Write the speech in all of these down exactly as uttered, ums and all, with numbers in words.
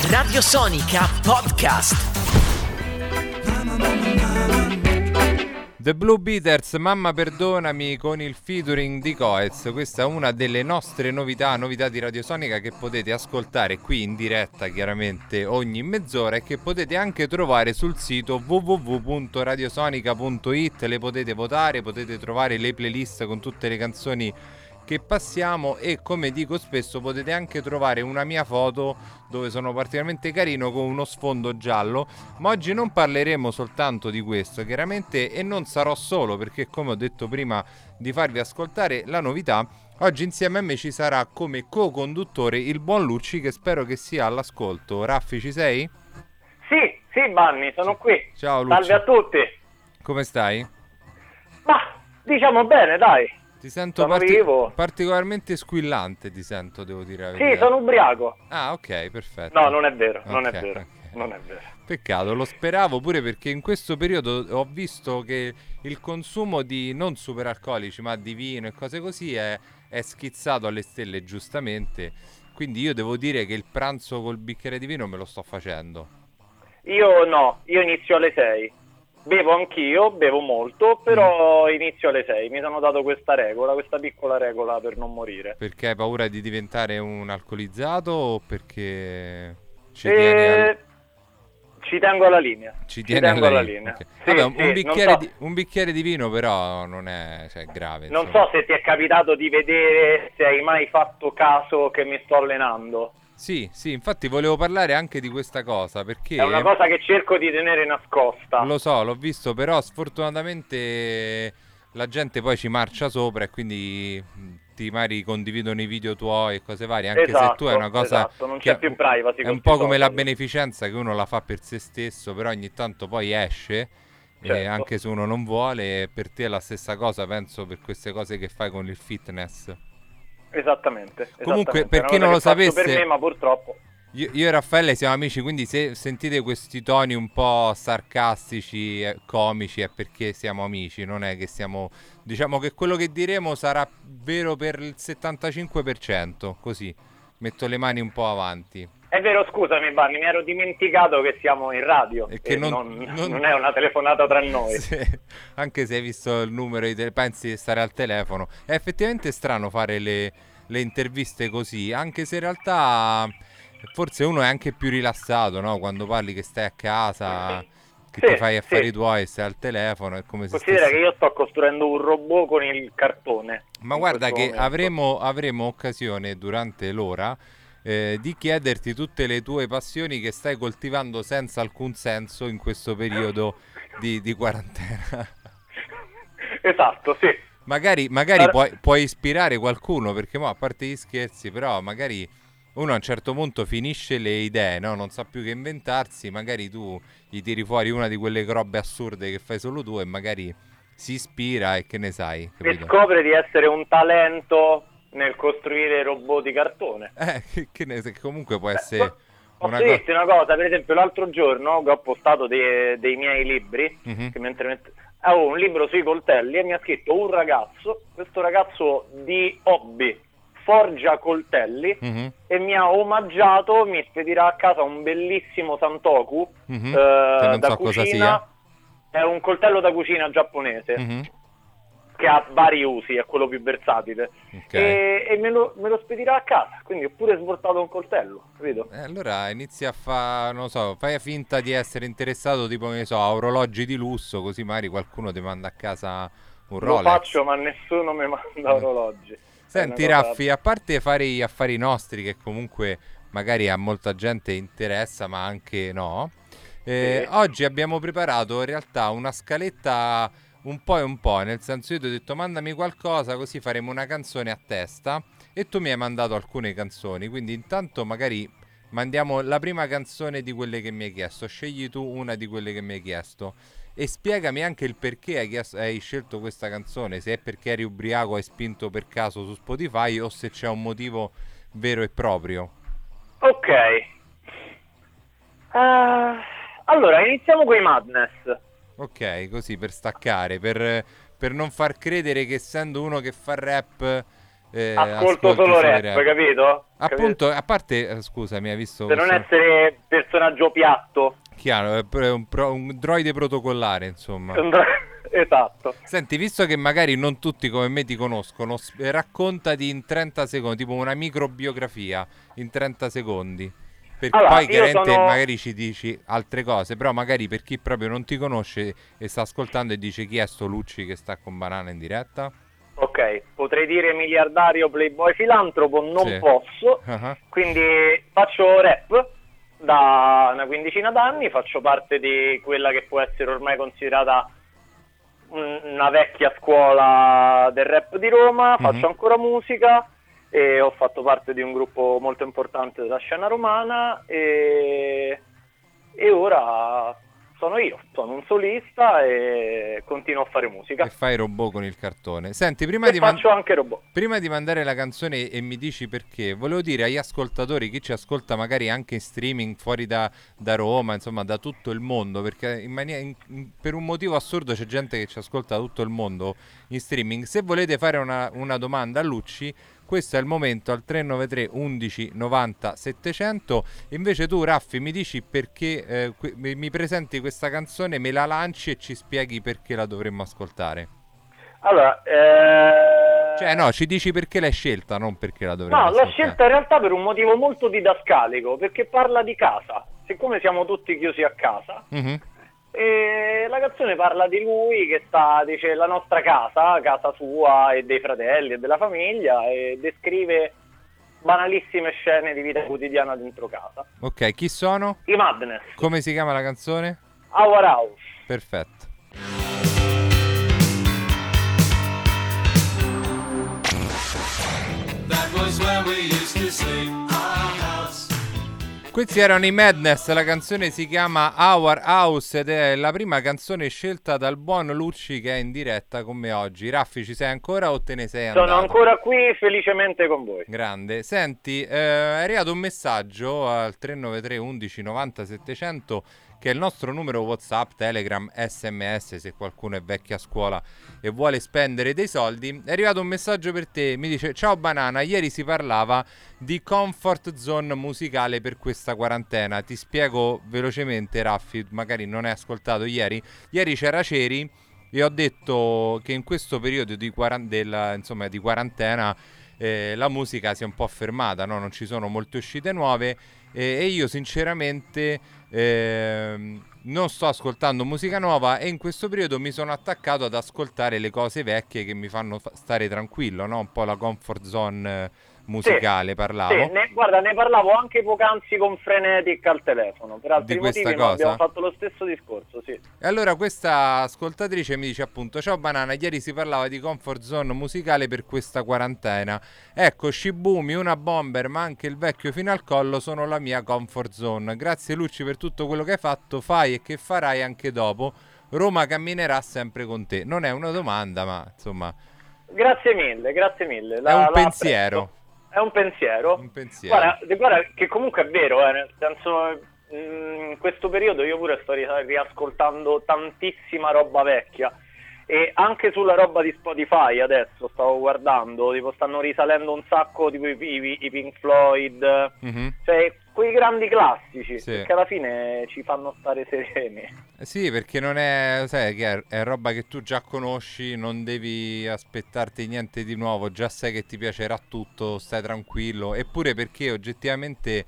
Radio Sonica Podcast. The Blue Beaters, Mamma perdonami, con il featuring di Coez. Questa è una delle nostre novità, novità di Radio Sonica, che potete ascoltare qui in diretta chiaramente ogni mezz'ora e che potete anche trovare sul sito w w w punto radiosonica punto i t. Le potete votare, potete trovare le playlist con tutte le canzoni che passiamo e, come dico spesso, potete anche trovare una mia foto dove sono particolarmente carino con uno sfondo giallo. Ma oggi non parleremo soltanto di questo, chiaramente, e non sarò solo, perché, come ho detto prima di farvi ascoltare la novità, oggi insieme a me ci sarà come co-conduttore il buon Lucci, che spero che sia all'ascolto. Raffi, ci sei? Sì, sì, Banni, sono qui. Ciao Lucci. Salve a tutti. Come stai? Ma diciamo bene, dai. Ti sento Sono parti- vivo. particolarmente squillante, ti sento, devo dire la verità. Sì, sono ubriaco. Ah, ok, perfetto. No, non è vero, non Ok, è vero, ok. non è vero. Peccato, lo speravo, pure perché in questo periodo ho visto che il consumo di non superalcolici, ma di vino e cose così è, è schizzato alle stelle, giustamente. Quindi io devo dire che il pranzo col bicchiere di vino me lo sto facendo. Io no, io inizio alle sei. Bevo anch'io, bevo molto, però Mm. inizio alle sei. Mi sono dato questa regola, questa piccola regola per non morire. Perché hai paura di diventare un alcolizzato o perché ci E... tieni al... Ci tengo alla linea. Ci Ci tieni tengo alla alla linea. linea. Ok. Sì, Vabbè, un, sì, un non bicchiere so- di, un bicchiere di vino però non è, cioè, grave. Non insomma. so se ti è capitato di vedere, se hai mai fatto caso che mi sto allenando. Sì, sì, infatti volevo parlare anche di questa cosa, perché... È una cosa che cerco di tenere nascosta. Lo so, l'ho visto, però sfortunatamente la gente poi ci marcia sopra e quindi mh, ti magari condividono i video tuoi e cose varie, anche se Esatto, tu è una cosa esatto, non che c'è più privacy è con un po' questi come la social. beneficenza, che uno la fa per se stesso, però ogni tanto poi esce, e Certo. anche se uno non vuole. E per te è la stessa cosa, penso, per queste cose che fai con il fitness. Esattamente. Comunque, esattamente. per È una chi non cosa lo che faccio sapesse- per me, ma purtroppo... Io, io e Raffaele siamo amici, quindi se sentite questi toni un po' sarcastici, eh, comici, è perché siamo amici, non è che siamo... Diciamo che quello che diremo sarà vero per il settantacinque per cento, così, metto le mani un po' avanti. È vero, scusami Banni, mi ero dimenticato che siamo in radio E e che non- non, non- non è una telefonata tra noi. Sì, anche se hai visto il numero, di tele- pensi di stare al telefono. È effettivamente strano fare le, le interviste così, anche se in realtà forse uno è anche più rilassato, no? Quando parli che stai a casa, che Sì, ti fai affari sì. tuoi e stai al telefono, è come se Considera stessi... che io sto costruendo un robot con il cartone. Ma in guarda questo che momento. avremo, avremo occasione durante l'ora eh, di chiederti tutte le tue passioni che stai coltivando senza alcun senso in questo periodo di, di quarantena. Esatto, sì. Magari, magari Guarda- puoi, puoi ispirare qualcuno, perché mo, a parte gli scherzi, però magari uno a un certo punto finisce le idee, no? Non sa più che inventarsi, magari tu gli tiri fuori una di quelle robe assurde che fai solo tu e magari si ispira e che ne sai, E capito? scopre di essere un talento nel costruire robot di cartone. Eh, che, che ne sai, comunque può essere Beh, Posso una cosa... dirti una cosa, per esempio l'altro giorno che ho postato dei, dei miei libri, Mhm. che mentre mette- avevo un libro sui coltelli e mi ha scritto un ragazzo, questo ragazzo di hobby forgia coltelli Mhm, e mi ha omaggiato, mi spedirà a casa un bellissimo santoku mhm. eh, Che non da so cosa cucina, è un coltello da cucina giapponese. Mhm. Che ha vari usi, è quello più versatile, Ok. e, e me, lo, me lo spedirà a casa, quindi ho pure svoltato un coltello, capito? Eh, allora inizi a fare, non so, fai finta di essere interessato, tipo, che ne so, a orologi di lusso, così magari qualcuno ti manda a casa un Lo Rolex. faccio, ma nessuno mi manda orologi. Senti È una cosa- Raffi, a parte fare gli affari nostri, che comunque magari a molta gente interessa, ma anche no, eh, Sì. oggi abbiamo preparato in realtà una scaletta un po' e un po', nel senso, io ti ho detto mandami qualcosa, così faremo una canzone a testa, e tu mi hai mandato alcune canzoni, quindi intanto magari mandiamo la prima canzone di quelle che mi hai chiesto, scegli tu una di quelle che mi hai chiesto. E spiegami anche il perché hai, chiesto- hai scelto questa canzone, se è perché eri ubriaco e hai spinto per caso su Spotify o se c'è un motivo vero e proprio. Ok. Eh, allora, iniziamo con i Madness. Ok, così per staccare, per, per non far credere che essendo uno che fa rap eh, ascolto solo rap, rap, capito? Appunto, capito? A parte, eh, scusami, hai visto... Per questo... non essere personaggio piatto. Chiaro, è un, pro, un droide protocollare, insomma. Esatto. Senti, visto che magari non tutti come me ti conoscono, raccontati in trenta secondi, tipo una microbiografia in trenta secondi. Perché allora, poi chiaramente sono... magari ci dici altre cose, però magari per chi proprio non ti conosce e sta ascoltando e dice chi è sto Lucci che sta con Banana in diretta? Ok, potrei dire miliardario, playboy, filantropo, non sì. posso, uh-huh. Quindi faccio rap da una quindicina d'anni, faccio parte di quella che può essere ormai considerata una vecchia scuola del rap di Roma, uh-huh. Faccio ancora musica e ho fatto parte di un gruppo molto importante della scena romana e, e ora sono io, sono un solista e continuo a fare musica. E fai robot con il cartone. Senti, prima e di faccio man- anche robot. Prima di mandare la canzone e mi dici perché, volevo dire agli ascoltatori, chi ci ascolta magari anche in streaming fuori da, da Roma, insomma da tutto il mondo, perché in mania- in, in, per un motivo assurdo c'è gente che ci ascolta da tutto il mondo in streaming. Se volete fare una, una domanda a Lucci, questo è il momento al tre nove tre undici novanta settecento. Invece tu, Raffi, mi dici perché eh, que- mi presenti questa canzone, me la lanci e ci spieghi perché la dovremmo ascoltare. Allora, eh... cioè no, ci dici perché l'hai scelta, non perché la dovremmo no, ascoltare. l'ho scelta in realtà per un motivo molto didascalico, perché parla di casa. Siccome siamo tutti chiusi a casa, mm-hmm. E la canzone parla di lui che sta, dice, la nostra casa, casa sua e dei fratelli e della famiglia, e descrive banalissime scene di vita quotidiana dentro casa. Ok, chi sono? I Madness. Come si chiama la canzone? Our House. Perfetto. That was where we used to sleep. Questi erano i Madness, la canzone si chiama Our House ed è la prima canzone scelta dal buon Lucci che è in diretta con me oggi. Raffi, ci sei ancora o te ne sei andato? Sono ancora qui, felicemente con voi. Grande. Senti, eh, è arrivato un messaggio al tre nove tre undici novanta settecento che è il nostro numero WhatsApp, Telegram, S M S se qualcuno è vecchio a scuola e vuole spendere dei soldi. È arrivato un messaggio per te, mi dice: ciao Banana, ieri si parlava di comfort zone musicale per questa quarantena. Ti spiego velocemente, Raffi, magari non hai ascoltato ieri. Ieri c'era Ceri e ho detto che in questo periodo di, quarant- della, insomma, di quarantena eh, la musica si è un po' fermata, no? Non ci sono molte uscite nuove e, e io sinceramente eh, non sto ascoltando musica nuova e in questo periodo mi sono attaccato ad ascoltare le cose vecchie che mi fanno fa- stare tranquillo, no? Un po' la comfort zone eh, musicale, sì, parlavo. Sì, ne, guarda, ne parlavo anche poc'anzi con Frenetic al telefono, per altri di questa motivi cosa? abbiamo fatto lo stesso discorso, sì. E allora questa ascoltatrice mi dice appunto: ciao Banana, ieri si parlava di comfort zone musicale per questa quarantena. Ecco, Shibumi, una bomber, ma anche il vecchio fino al collo sono la mia comfort zone. Grazie Lucci per tutto quello che hai fatto, fai e che farai anche dopo. Roma camminerà sempre con te. Non è una domanda, ma insomma... Grazie mille, grazie mille. La, è un la pensiero. Apprezzo. È un pensiero. Un pensiero. Guarda, guarda che comunque è vero, eh, nel senso, in questo periodo io pure sto riascoltando tantissima roba vecchia e anche sulla roba di Spotify adesso stavo guardando, tipo stanno risalendo un sacco tipo i, i, i Pink Floyd, mm-hmm. Cioè quei grandi classici, sì. Che alla fine ci fanno stare sereni. Eh sì, perché non è, sai che è, è roba che tu già conosci, non devi aspettarti niente di nuovo, già sai che ti piacerà tutto, stai tranquillo, eppure perché oggettivamente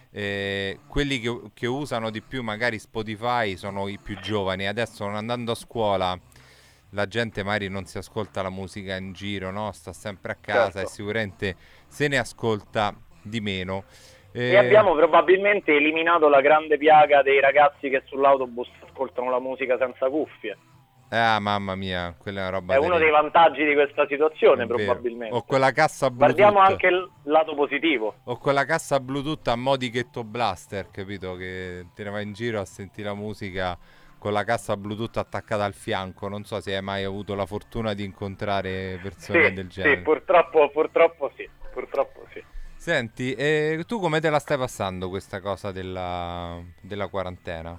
eh, quelli che, che usano di più magari Spotify sono i più giovani, adesso non andando a scuola la gente magari non si ascolta la musica in giro, no? Sta sempre a casa, certo. E sicuramente se ne ascolta di meno. E eh... abbiamo probabilmente eliminato la grande piaga dei ragazzi che sull'autobus ascoltano la musica senza cuffie. Ah, mamma mia, quella è una roba. È uno dei vantaggi di questa situazione, probabilmente. O quella cassa Bluetooth. Guardiamo anche il lato positivo. O quella cassa Bluetooth a modichetto blaster, capito? Che te ne vai in giro a sentire la musica con la cassa Bluetooth attaccata al fianco. Non so se hai mai avuto la fortuna di incontrare persone sì, del genere. Sì, purtroppo, purtroppo sì, purtroppo sì. Senti, eh, tu come te la stai passando questa cosa della, della quarantena?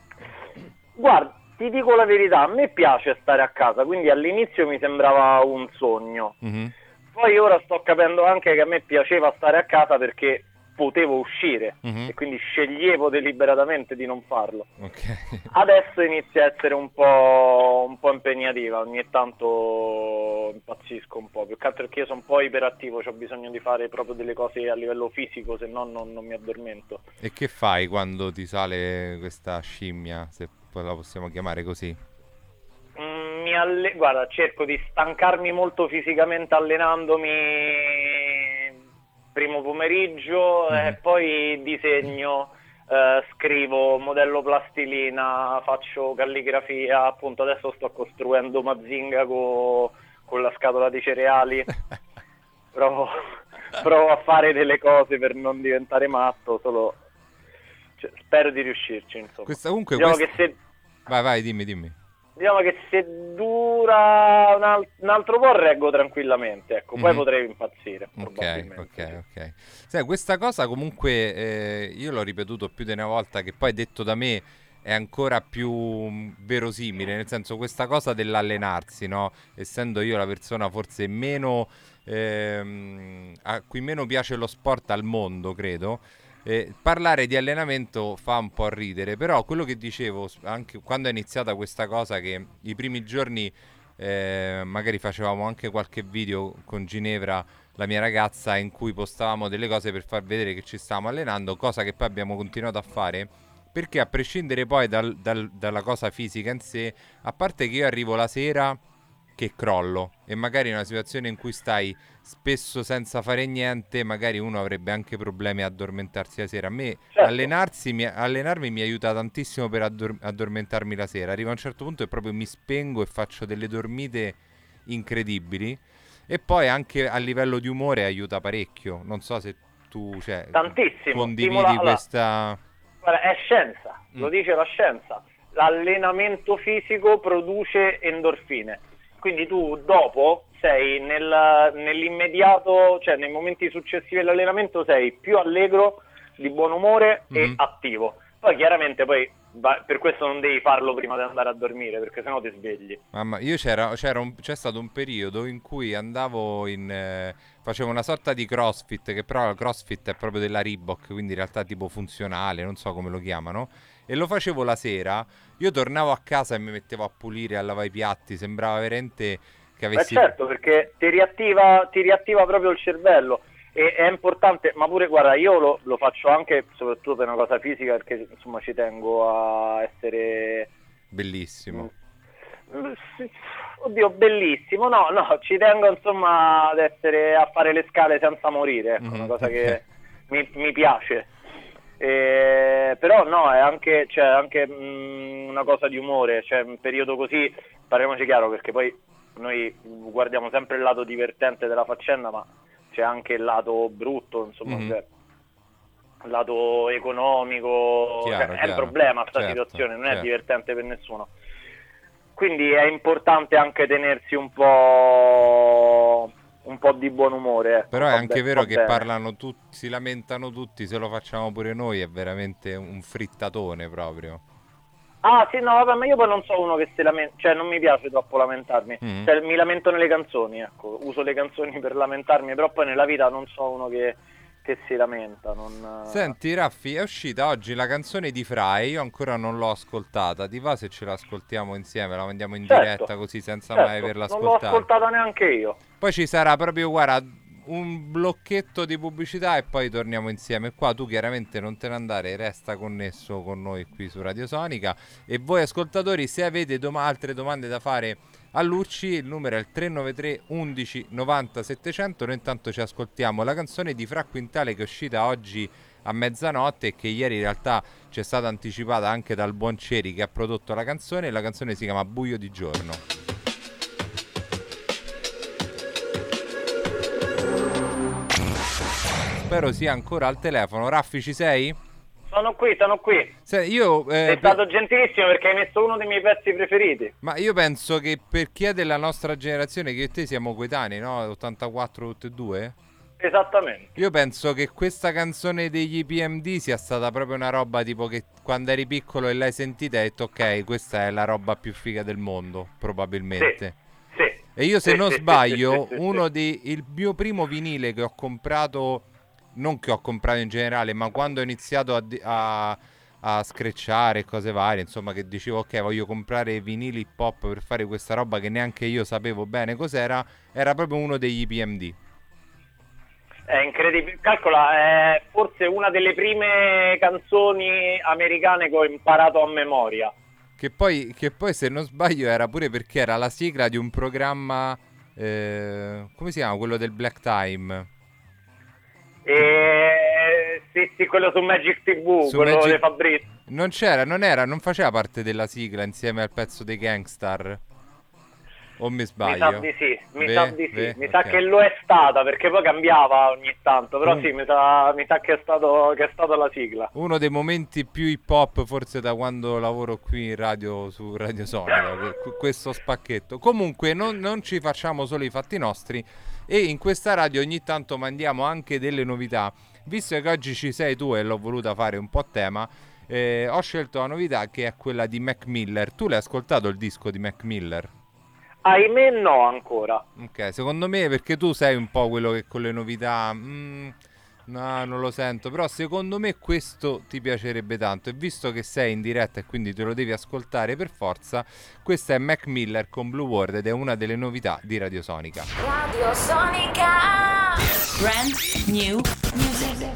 Guarda, ti dico la verità, a me piace stare a casa, quindi all'inizio mi sembrava un sogno. Mm-hmm. poi ora sto capendo anche che a me piaceva stare a casa perché potevo uscire mm-hmm. e quindi sceglievo deliberatamente di non farlo. Okay. Adesso inizia a essere un po', un po' impegnativa, ogni tanto impazzisco un po', più che altro perché io sono un po' iperattivo, ho bisogno di fare proprio delle cose a livello fisico, se no non, non mi addormento. E che fai quando ti sale questa scimmia, se poi la possiamo chiamare così? Mm, mi alle- guarda, cerco di stancarmi molto fisicamente allenandomi primo pomeriggio mm-hmm. e poi disegno, eh, scrivo, modello plastilina, faccio calligrafia, appunto adesso sto costruendo Mazinga co- con la scatola di cereali, provo, provo a fare delle cose per non diventare matto, solo cioè, spero di riuscirci, insomma. Questa, comunque, diciamo questa... che se... Vai, vai, dimmi, dimmi. Diciamo che se dura un, al- un altro po' reggo tranquillamente, ecco, poi mm-hmm. potrei impazzire, probabilmente. Ok, ok, ok. Sai, questa cosa comunque eh, io l'ho ripetuto più di una volta, che poi detto da me è ancora più verosimile, nel senso questa cosa dell'allenarsi, no? Essendo io la persona forse meno ehm, a cui meno piace lo sport al mondo, credo. Eh, parlare di allenamento fa un po' ridere, però quello che dicevo anche quando è iniziata questa cosa, che i primi giorni eh, magari facevamo anche qualche video con Ginevra, la mia ragazza, in cui postavamo delle cose per far vedere che ci stavamo allenando, cosa che poi abbiamo continuato a fare, perché a prescindere poi dal, dal, dalla cosa fisica in sé, a parte che io arrivo la sera che crollo e magari in una situazione in cui stai spesso senza fare niente, magari uno avrebbe anche problemi a addormentarsi la sera. A me certo. allenarsi, mi, allenarmi mi aiuta tantissimo per addor- addormentarmi la sera. Arrivo a un certo punto e proprio mi spengo e faccio delle dormite incredibili, e poi anche a livello di umore aiuta parecchio. Non so se tu cioè, tantissimo condividi Stimola, questa... Guarda, è scienza, mm. lo dice la scienza. L'allenamento fisico produce endorfine. Quindi tu dopo sei nel, nell'immediato, cioè nei momenti successivi all'allenamento sei più allegro, di buon umore mm-hmm. e attivo. Poi chiaramente poi va, per questo non devi farlo prima di andare a dormire, perché sennò ti svegli. Mamma, io c'era, c'era un, c'è stato un periodo in cui andavo in eh, facevo una sorta di CrossFit, che però il CrossFit è proprio della Reebok, quindi in realtà tipo funzionale, non so come lo chiamano, e lo facevo la sera. Io tornavo a casa e mi mettevo a pulire, a lavare i piatti, sembrava veramente che avessi... Beh certo, perché ti riattiva, ti riattiva proprio il cervello, e è importante, ma pure guarda, io lo, lo faccio anche soprattutto per una cosa fisica, perché insomma ci tengo a essere... Bellissimo. Oddio, bellissimo, no, no, ci tengo insomma ad essere, a fare le scale senza morire, ecco, mm-hmm. una cosa che mi, mi piace. Eh, però no, è anche, cioè, anche mh, una cosa di umore, cioè un periodo così, parliamoci chiaro, perché poi noi guardiamo sempre il lato divertente della faccenda, ma c'è anche il lato brutto, insomma, mm-hmm. cioè, il lato economico, chiaro, cioè, chiaro. È un problema sta certo, situazione, non certo. è divertente per nessuno, quindi è importante anche tenersi un po' un po' di buon umore, ecco. Però è anche be- vero che bene. parlano tutti, si lamentano tutti, se lo facciamo pure noi è veramente un frittatone proprio. Ah sì, no, vabbè, ma io poi non so uno che si lamenta, cioè non mi piace troppo lamentarmi, mm. cioè, mi lamento nelle canzoni, ecco, uso le canzoni per lamentarmi, però poi nella vita non so uno che, che si lamenta. Non... Senti Raffi, è uscita oggi la canzone di Fry, io ancora non l'ho ascoltata, ti va se ce l'ascoltiamo insieme, la mandiamo in certo, diretta così senza certo, mai averla ascoltata? Non l'ho ascoltata neanche io. Poi ci sarà proprio, guarda, un blocchetto di pubblicità e poi torniamo insieme qua. Tu chiaramente non te ne andare, resta connesso con noi qui su Radio Sonica, e voi ascoltatori, se avete dom- altre domande da fare a Lucci, il numero è il tre nove tre undici novanta settecento. Noi intanto ci ascoltiamo la canzone di Fra Quintale, che è uscita oggi a mezzanotte e che ieri in realtà ci è stata anticipata anche dal buon Ceri che ha prodotto la canzone. La canzone si chiama Buio di giorno. Spero sia ancora al telefono. Raffi, ci sei? Sono qui, sono qui. Se, io, eh, Sei per... stato gentilissimo perché hai messo uno dei miei pezzi preferiti. Ma io penso che per chi è della nostra generazione, che io e te siamo coetanei, no? ottantaquattro tutti e due? Esattamente. Io penso che questa canzone degli P M D sia stata proprio una roba tipo che quando eri piccolo e l'hai sentita hai detto ok, questa è la roba più figa del mondo, probabilmente. Sì, sì. E io se sì, non sì, sbaglio, sì, sì, uno sì. di il mio primo vinile che ho comprato, non che ho comprato in generale, ma quando ho iniziato a, di- a, a screcciare cose varie, insomma, che dicevo ok, voglio comprare vinili hip hop per fare questa roba che neanche io sapevo bene cos'era, era proprio uno degli I P M D. È incredibile, calcola, è forse una delle prime canzoni americane che ho imparato a memoria. Che poi, che poi se non sbaglio era pure perché era la sigla di un programma, eh, come si chiama? Quello del Black Time. Che- E sì, sì, quello su Magic T V, su quello Magic... di Fabrizio. Non c'era, non era, non faceva parte della sigla insieme al pezzo dei Gangstar. O mi Mi sa sbaglio? di sì, mi sa Ve, di sì, ve, mi sa ok. che lo è stata, perché poi cambiava ogni tanto, però Un- sì, mi sa, mi sa che è stato che è stata la sigla. Uno dei momenti più hip hop forse da quando lavoro qui in radio su Radio Sonica, que- questo spacchetto. Comunque non, non ci facciamo solo i fatti nostri e in questa radio ogni tanto mandiamo anche delle novità. Visto che oggi ci sei tu e l'ho voluta fare un po' tema, eh, ho scelto la novità che è quella di Mac Miller. Tu l'hai ascoltato il disco di Mac Miller? Ahimè no ancora. Ok, secondo me perché tu sei un po' quello che con le novità... mm, no, non lo sento, però secondo me questo ti piacerebbe tanto e visto che sei in diretta e quindi te lo devi ascoltare per forza, questa è Mac Miller con Blue World ed è una delle novità di Radio Sonica. Radio Sonica. Brand new music.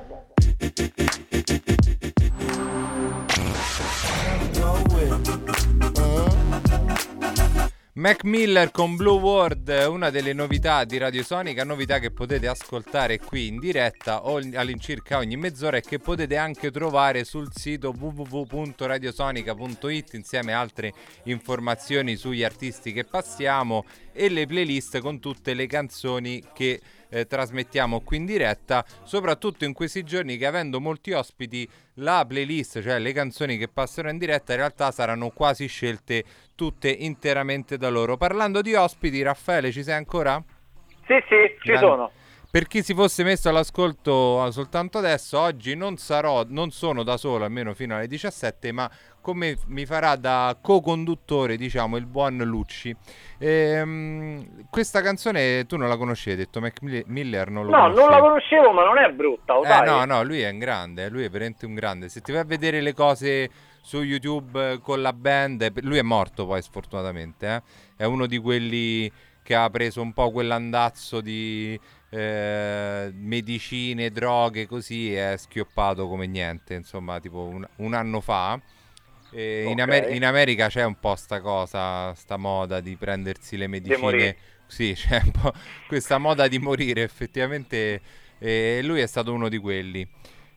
Mac Miller con Blue World, una delle novità di Radio Sonica, novità che potete ascoltare qui in diretta o all'incirca ogni mezz'ora e che potete anche trovare sul sito w w w punto radiosonica punto it insieme a altre informazioni sugli artisti che passiamo e le playlist con tutte le canzoni che eh, trasmettiamo qui in diretta, soprattutto in questi giorni che avendo molti ospiti la playlist, cioè le canzoni che passeranno in diretta in realtà saranno quasi scelte tutte interamente da loro. Parlando di ospiti, Raffaele, ci sei ancora? Sì, sì, ci Grande. sono. Per chi si fosse messo all'ascolto soltanto adesso, oggi non sarò, non sono da solo, almeno fino alle diciassette, ma come mi farà da co-conduttore, diciamo, il buon Lucci. Ehm, questa canzone tu non la conoscevi, hai detto Mac Miller non lo No, conoscevi. non la conoscevo, ma non è brutta, lo Eh sai? no, no, lui è un grande, lui è veramente un grande. Se ti vai a vedere le cose su YouTube eh, con la band, lui è morto poi sfortunatamente, eh. È uno di quelli che ha preso un po' quell'andazzo di eh, medicine, droghe, così, e è schioppato come niente, insomma, tipo un, un anno fa. E in, Ok. Amer- in America c'è un po' sta cosa, sta moda di prendersi le morire. medicine. Sì, c'è un po' questa moda di morire, effettivamente. E lui è stato uno di quelli.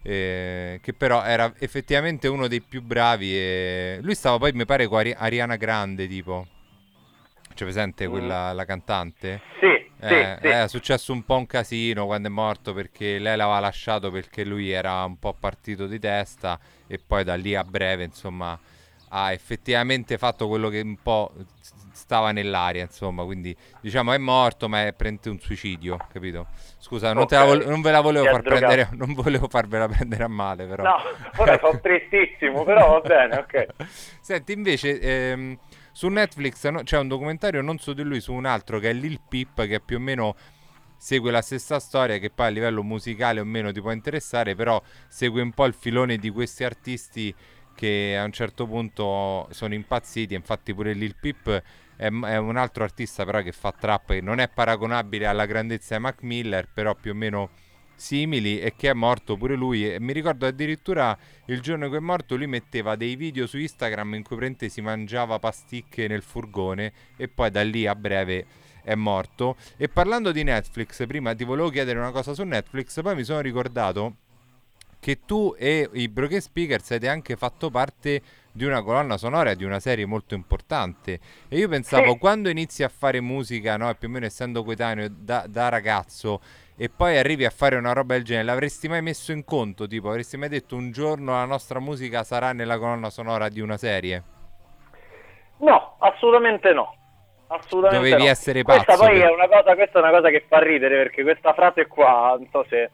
Eh, che però era effettivamente uno dei più bravi. E lui stava poi, mi pare, con Ari- Ariana Grande, tipo. C'è presente quella, la cantante? Sì, Eh, sì, sì. È successo un po' un casino quando è morto perché lei l'aveva lasciato perché lui era un po' partito di testa e poi da lì a breve, insomma, ha effettivamente fatto quello che un po' stava nell'aria, insomma, quindi diciamo è morto, ma è prende un suicidio, capito? Scusa, non, te la Ok. vol- non ve la volevo Si è far drogato. prendere, non volevo farvela prendere a male, però. No, ora Ecco. sono tristissimo, però va bene, ok. Senti, invece, ehm, su Netflix no, c'è un documentario non su di lui, su un altro che è Lil Peep, che più o meno segue la stessa storia, che poi a livello musicale o meno ti può interessare, però segue un po' il filone di questi artisti che a un certo punto sono impazziti. Infatti pure Lil Peep è, è un altro artista però che fa trap, che non è paragonabile alla grandezza di Mac Miller, però più o meno simili, e che è morto pure lui. E mi ricordo addirittura il giorno che è morto lui metteva dei video su Instagram in cui prende si mangiava pasticche nel furgone e poi da lì a breve è morto. E parlando di Netflix, prima ti volevo chiedere una cosa su Netflix, poi mi sono ricordato che tu e i Broken Speakers avete anche fatto parte di una colonna sonora di una serie molto importante, e io pensavo, Sì. quando inizi a fare musica, no, più o meno essendo coetaneo da, da ragazzo, e poi arrivi a fare una roba del genere, l'avresti mai messo in conto? Tipo, avresti mai detto un giorno la nostra musica sarà nella colonna sonora di una serie? No, assolutamente no. Assolutamente Dovevi no. essere pazzo. Questa poi per- è una cosa, questa è una cosa che fa ridere, perché questa frase qua, non so se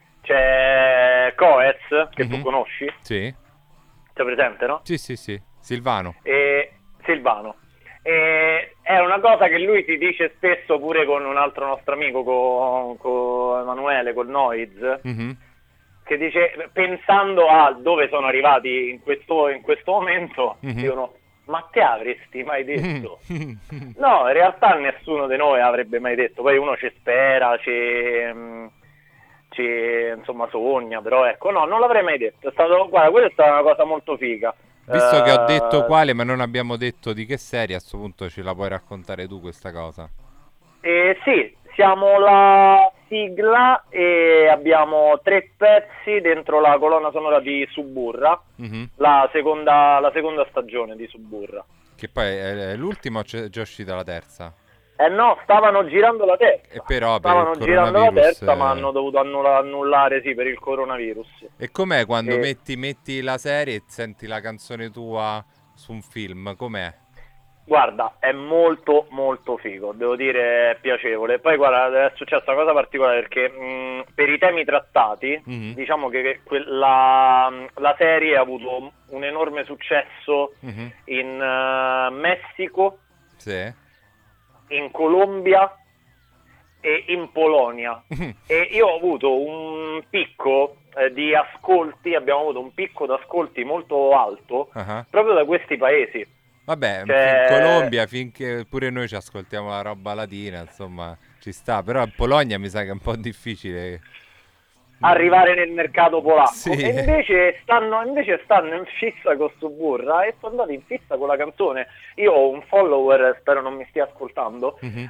c'è Coez, che Mhm. tu conosci, Sì, c'è presente, no? sì, sì, sì. Silvano. E Silvano. E è una cosa che lui si dice spesso pure con un altro nostro amico, con, con Emanuele, con Noiz, mm-hmm. che dice, pensando a dove sono arrivati in questo, in questo momento, mm-hmm. dicono, ma te avresti mai detto? No, in realtà nessuno di noi avrebbe mai detto, poi uno ci spera, ci, ci insomma sogna, però ecco, no, non l'avrei mai detto, è stato, guarda, quella è stata una cosa molto figa. Visto uh, che ho detto quale, ma non abbiamo detto di che serie, a questo punto ce la puoi raccontare tu questa cosa? Eh, sì, siamo la sigla e abbiamo tre pezzi dentro la colonna sonora di Suburra, mm-hmm. la, seconda, la seconda stagione di Suburra. Che poi è l'ultima o c'è già uscita la terza? Eh no, stavano girando la terza. E però stavano per girando la terza, eh... ma hanno dovuto annullare, sì, per il coronavirus. E com'è quando e... metti, metti la serie e senti la canzone tua su un film? Com'è? Guarda, è molto molto figo, devo dire è piacevole. Poi guarda, è successa una cosa particolare perché mh, per i temi trattati, mm-hmm. diciamo che quella, la serie ha avuto un enorme successo mm-hmm. in uh, Messico, sì. in Colombia e in Polonia. Mm-hmm. E io ho avuto un picco eh, di ascolti, abbiamo avuto un picco di ascolti molto alto uh-huh. proprio da questi paesi. Vabbè, cioè... in Colombia, finché pure noi ci ascoltiamo la roba latina, insomma, ci sta. Però in Polonia mi sa che è un po' difficile arrivare nel mercato polacco. Sì. E invece stanno, invece stanno in fissa con Suburra e sono andati in fissa con la canzone. Io ho un follower, spero non mi stia ascoltando, mm-hmm.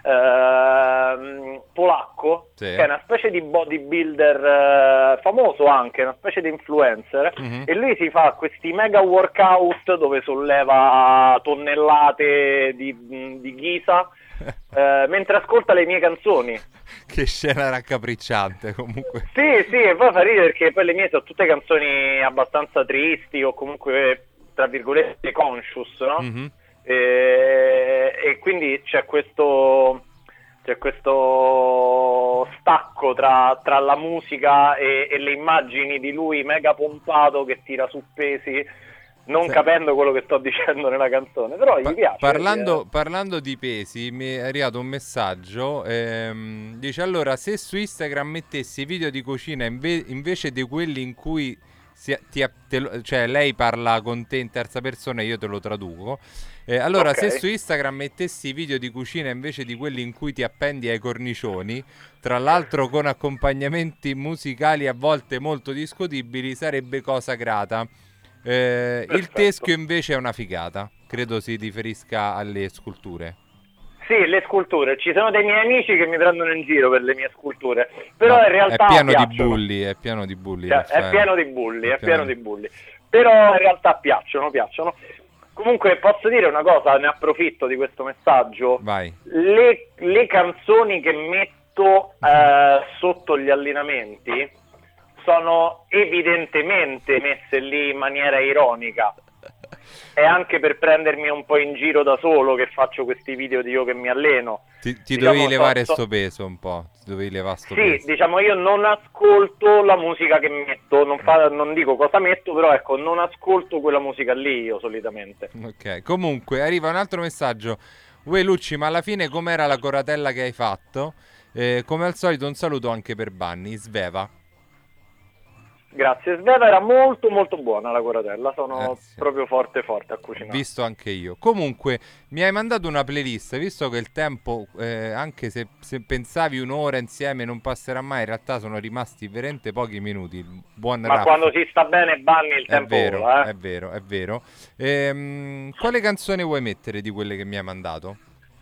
eh, polacco, sì. che è una specie di bodybuilder eh, famoso anche, una specie di influencer, mm-hmm. e lui si fa questi mega workout dove solleva tonnellate di, di ghisa eh, mentre ascolta le mie canzoni. Che scena raccapricciante comunque. Sì, sì, e poi fa ridere perché poi le mie sono tutte canzoni abbastanza tristi o comunque tra virgolette conscious, no? Mm-hmm. E, e quindi c'è questo c'è questo stacco tra, tra la musica e, e le immagini di lui mega pompato che tira su pesi, non sì. capendo quello che sto dicendo nella canzone, però pa- gli piace. Parlando, eh. parlando di pesi, mi è arrivato un messaggio, ehm, dice allora, se su Instagram mettessi video di cucina inve- invece di quelli in cui si, ti, te, cioè lei parla con te in terza persona e io te lo traduco, eh, allora okay. se su Instagram mettessi video di cucina invece di quelli in cui ti appendi ai cornicioni, tra l'altro con accompagnamenti musicali a volte molto discutibili, sarebbe cosa grata. Eh, il teschio invece è una figata, credo si riferisca alle sculture. Sì, le sculture, ci sono dei miei amici che mi prendono in giro per le mie sculture, però no, in realtà è pieno piacciono. di bulli, è pieno di bulli, cioè, è pieno di bulli, è, è pieno di bulli, però in realtà piacciono, piacciono. Comunque posso dire una cosa, ne approfitto di questo messaggio. Vai. Le, le canzoni che metto eh, sotto gli allenamenti sono evidentemente messe lì in maniera ironica. È anche per prendermi un po' in giro da solo che faccio questi video di io che mi alleno. Ti, ti diciamo, dovevi levare so, sto peso un po', ti dovevi levare sto sì, peso. Diciamo io non ascolto la musica che metto, non, fa, non dico cosa metto, però ecco, non ascolto quella musica lì io solitamente. Ok, comunque arriva un altro messaggio. Uè Lucci, ma alla fine com'era la coratella che hai fatto? Eh, come al solito un saluto anche per Bunny, Sveva. Grazie, Sveva era molto molto buona la coratella, sono Grazie. proprio forte forte a cucinare. Visto anche io. Comunque mi hai mandato una playlist, visto che il tempo, eh, anche se, se pensavi un'ora insieme non passerà mai, in realtà sono rimasti veramente pochi minuti. Buon Ma raff. quando si sta bene Bunny il è tempo vero, vola, eh? È vero, è vero. Ehm, quale canzone vuoi mettere di quelle che mi hai mandato?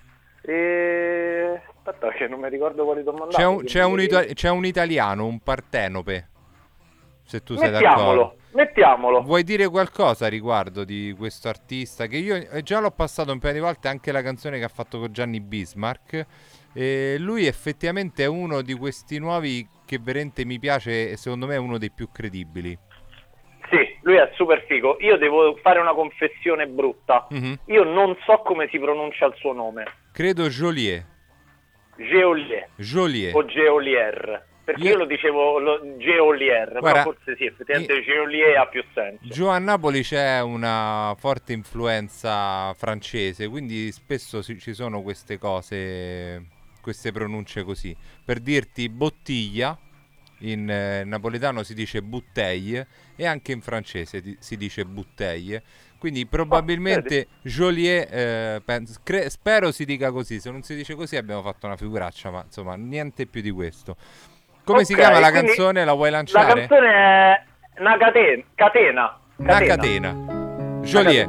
E... Aspetta che non mi ricordo quali ti ho mandato. C'è un, c'è un, ita- c'è un italiano, un partenope. Se tu sei mettiamolo, d'accordo. mettiamolo. Vuoi dire qualcosa a riguardo di questo artista? Che io già l'ho passato un paio di volte, anche la canzone che ha fatto con Gianni Bismarck. E lui effettivamente è uno di questi nuovi che veramente mi piace e secondo me è uno dei più credibili. Sì, lui è super figo. Io devo fare una confessione brutta. Mm-hmm. Io non so come si pronuncia il suo nome. Credo Joliet. Geolier. Joliet. O Geolier. Perché io, io lo dicevo lo, Geolier, guarda, però forse sì, effettivamente io, Geolier ha più senso. Giù a Napoli c'è una forte influenza francese, quindi spesso si, ci sono queste cose, queste pronunce così. Per dirti bottiglia, in eh, napoletano si dice bouteille e anche in francese di, si dice bouteille. Quindi probabilmente oh, Joliet, eh, penso, cre- spero si dica così, se non si dice così abbiamo fatto una figuraccia, ma insomma niente più di questo. Come okay, si chiama la canzone? La vuoi lanciare? La canzone è una catena. Catena. Una catena. Joliet.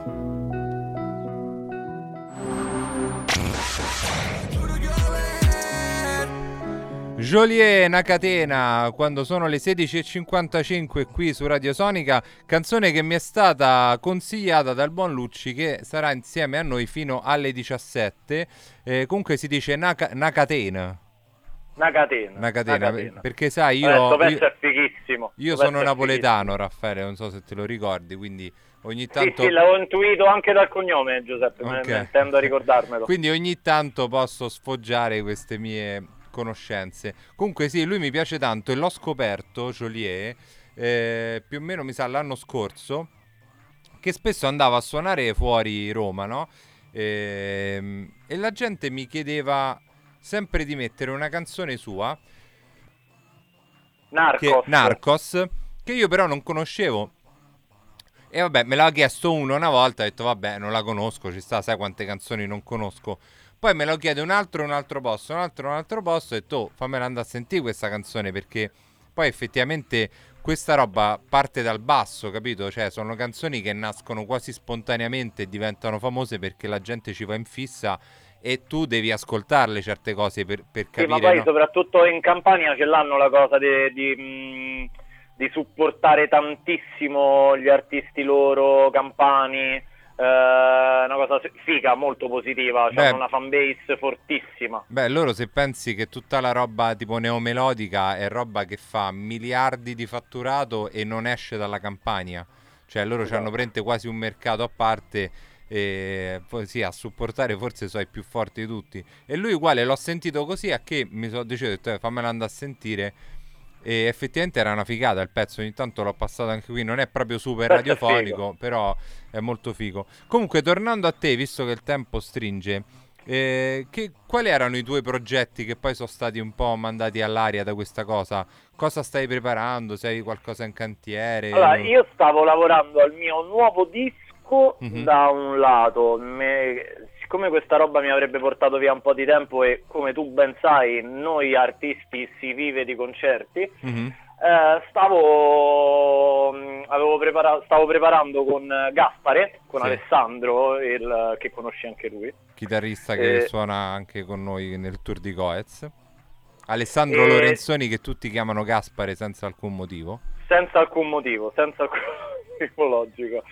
Joliet, una catena, quando sono le sedici e cinquantacinque qui su Radio Sonica, canzone che mi è stata consigliata dal buon Lucci, che sarà insieme a noi fino alle diciassette. Eh, comunque si dice una, una catena. Una catena, una catena, una catena. Perché sai io Questo pezzo io, è fighissimo. Io sono napoletano, Raffaele, non so se te lo ricordi, quindi ogni tanto... Sì, sì, l'avevo intuito anche dal cognome, Giuseppe, okay. Tendo a ricordarmelo. Quindi ogni tanto posso sfoggiare queste mie conoscenze. Comunque sì, lui mi piace tanto e l'ho scoperto, Joliet, eh, più o meno mi sa l'anno scorso, che spesso andava a suonare fuori Roma, no? E, e la gente mi chiedeva sempre di mettere una canzone sua, Narcos. Che, Narcos, che io però non conoscevo. E vabbè, me l'ha chiesto uno una volta, ho detto vabbè, non la conosco, ci sta, sai quante canzoni non conosco. Poi me lo chiede un altro, un altro posto, un altro, un altro posto, e ho detto oh, fammela andare a sentire questa canzone, perché poi effettivamente questa roba parte dal basso, capito? Cioè sono canzoni che nascono quasi spontaneamente e diventano famose perché la gente ci va in fissa e tu devi ascoltarle certe cose per, per capire. Sì, ma poi no? soprattutto in Campania ce l'hanno la cosa di, di, mh, di supportare tantissimo gli artisti loro campani, eh, una cosa figa, molto positiva, hanno una fanbase fortissima. Beh, loro se pensi che tutta la roba tipo neomelodica è roba che fa miliardi di fatturato e non esce dalla Campania, cioè loro esatto. Hanno prende quasi un mercato a parte. E poi sì, a supportare forse sono i più forti di tutti. E lui uguale l'ho sentito così, a che mi sono deciso, ho detto, eh, fammela andare a sentire. E effettivamente era una figata il pezzo, ogni tanto l'ho passato anche qui, non è proprio super radiofonico, però è molto figo. Comunque tornando a te, visto che il tempo stringe, eh, che, quali erano i tuoi progetti che poi sono stati un po' mandati all'aria da questa cosa? Cosa stai preparando? Se hai qualcosa in cantiere? Allora, io stavo lavorando al mio nuovo disco. Mm-hmm. Da un lato, me, siccome questa roba mi avrebbe portato via un po' di tempo e come tu ben sai noi artisti si vive di concerti, mm-hmm. eh, stavo avevo prepara- stavo preparando con Gaspare, con sì. Alessandro, il, che conosci anche lui, chitarrista che eh, suona anche con noi nel tour di Coez, Alessandro e... Lorenzoni, che tutti chiamano Gaspare senza alcun motivo senza alcun motivo senza alcun psicologico.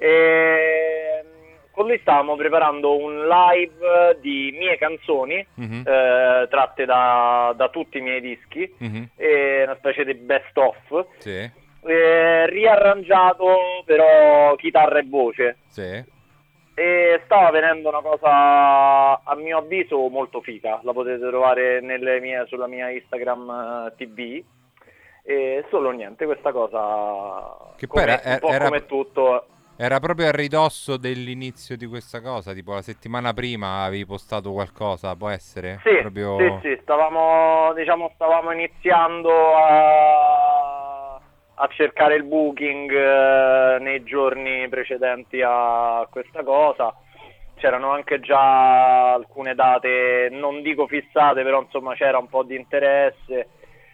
E con lui stavamo preparando un live di mie canzoni, mm-hmm. eh, tratte da, da tutti i miei dischi, mm-hmm. e una specie di best of, sì. eh, riarrangiato però chitarra e voce, sì. E stava venendo una cosa a mio avviso molto figa, la potete trovare nelle mie, sulla mia Instagram uh, T V. E solo niente, questa cosa che come, era, un po' era, come tutto era proprio a ridosso dell'inizio di questa cosa, tipo la settimana prima avevi postato qualcosa, può essere? Sì, proprio... sì, sì, stavamo, diciamo, stavamo iniziando a, a cercare il booking eh, nei giorni precedenti a questa cosa. C'erano anche già alcune date, non dico fissate, però insomma c'era un po' di interesse.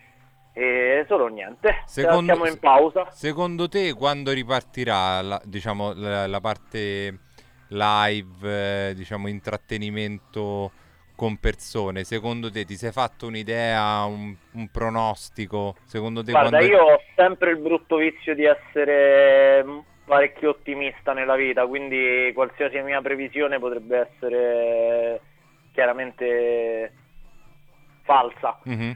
E solo niente, secondo, siamo in pausa. Secondo te quando ripartirà la, diciamo, la, la parte live, eh, diciamo intrattenimento con persone? Secondo te ti sei fatto un'idea, un, un pronostico? Secondo te Guarda, quando... io ho sempre il brutto vizio di essere parecchio ottimista nella vita, quindi qualsiasi mia previsione potrebbe essere chiaramente falsa. Mm-hmm.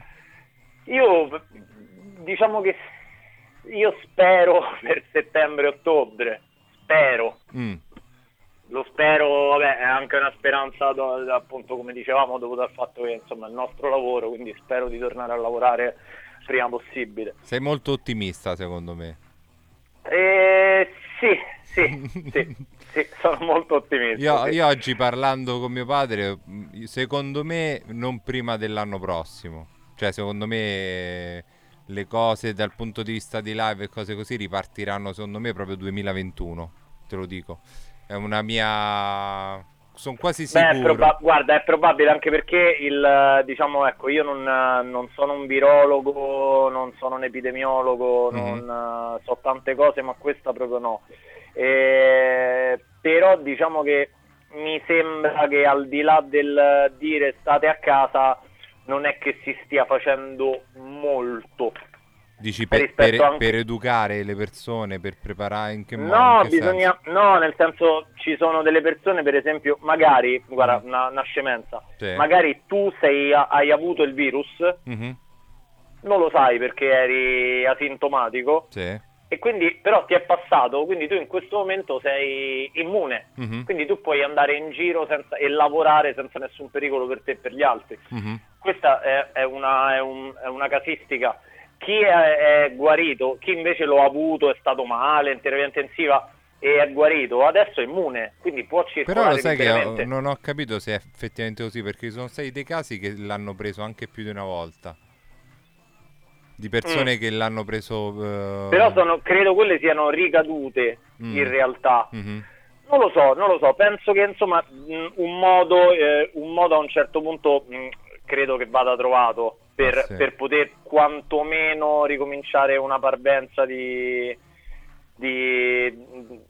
Io diciamo che io spero per settembre-ottobre, spero. Mm. lo spero, vabbè, è anche una speranza, do, appunto, come dicevamo, dovuto al fatto che insomma è il nostro lavoro, quindi spero di tornare a lavorare prima possibile. Sei molto ottimista, secondo me. Eh, sì, sì, sì, sì, sono molto ottimista. Io, sì. io oggi parlando con mio padre, secondo me non prima dell'anno prossimo, cioè secondo me le cose dal punto di vista di live e cose così ripartiranno secondo me proprio duemilaventuno, te lo dico. È una mia... sono quasi sicuro. Beh, è proba- guarda, è probabile, anche perché il diciamo, ecco, io non, non sono un virologo, non sono un epidemiologo, mm-hmm. non so tante cose, ma questa proprio no. Eh, però diciamo che mi sembra che al di là del dire state a casa, non è che si stia facendo molto. Dici per, per, anche... per educare le persone, per preparare in che modo? No, in che bisogna, senso? no, nel senso ci sono delle persone, per esempio, magari, guarda, mm. una, una scemenza, sì. magari tu sei, hai avuto il virus, mm-hmm. non lo sai perché eri asintomatico, sì. e quindi però ti è passato, quindi tu in questo momento sei immune, mm-hmm. quindi tu puoi andare in giro senza, e lavorare senza nessun pericolo per te e per gli altri. Mm-hmm. Questa è, è, una, è, un, è una casistica. Chi è, è guarito, chi invece lo ha avuto, è stato male in terapia intensiva e è guarito, adesso è immune, quindi può circolare. Però lo sai che ho, non ho capito se è effettivamente così, perché ci sono stati dei casi che l'hanno preso anche più di una volta, di persone mm. che l'hanno preso uh... però sono, credo quelle siano ricadute mm. in realtà. Mm-hmm. Non lo so, non lo so, penso che insomma un modo, eh, un modo a un certo punto mh, credo che vada trovato per, ah, sì. per poter quantomeno ricominciare una parvenza di, di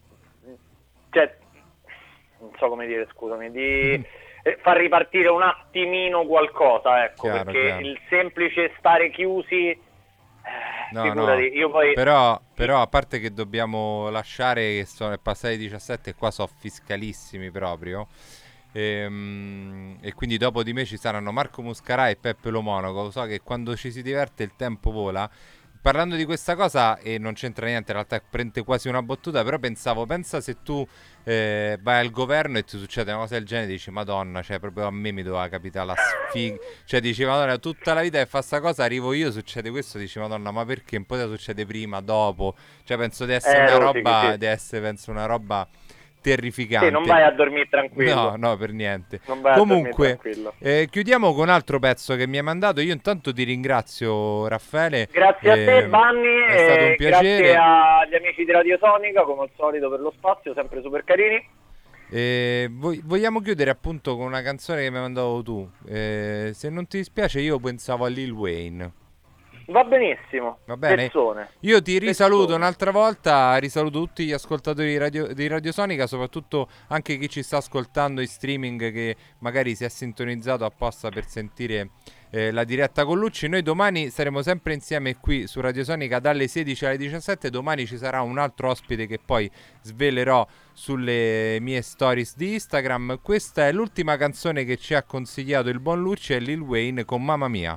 cioè non so come dire, scusami, di eh, far ripartire un attimino qualcosa, ecco, chiaro, perché chiaro. Il semplice stare chiusi eh, no, figurati, no. Io poi però, però a parte che dobbiamo lasciare che sono passati diciassette e qua sono fiscalissimi proprio. E, e quindi dopo di me ci saranno Marco Muscarà e Peppe Lo Monaco. So che quando ci si diverte il tempo vola. Parlando di questa cosa, e non c'entra niente, in realtà prende quasi una battuta, però pensavo, pensa se tu eh, vai al governo e ti succede una cosa del genere, dici madonna, cioè proprio a me mi doveva capitare la sfiga, cioè dici madonna, tutta la vita che fa sta cosa, arrivo io, succede questo, dici madonna, ma perché un po' succede prima, dopo, cioè penso di essere eh, una roba, sì. di essere penso una roba terrificante. Sì, non vai a dormire tranquillo. No, no, per niente. Comunque, eh, chiudiamo con un altro pezzo che mi hai mandato. Io intanto ti ringrazio, Raffaele. Grazie eh, a te, Vanni. È stato un piacere. Grazie agli amici di Radio Sonica, come al solito, per lo spazio, sempre super carini. Eh, vogliamo chiudere appunto con una canzone che mi hai mandato tu. Eh, se non ti dispiace, io pensavo a Lil Wayne. Va benissimo. Va bene. Pezzone. Io ti risaluto Pezzone. Un'altra volta, risaluto tutti gli ascoltatori di Radio, di Radio Sonica, soprattutto anche chi ci sta ascoltando in streaming che magari si è sintonizzato apposta per sentire eh, la diretta con Lucci. Noi domani saremo sempre insieme qui su Radio Sonica dalle sedici alle diciassette. Domani ci sarà un altro ospite che poi svelerò sulle mie stories di Instagram. Questa è l'ultima canzone che ci ha consigliato il buon Lucci, è Lil Wayne con Mamma Mia.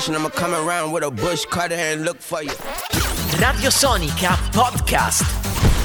Radio Sonica Podcast.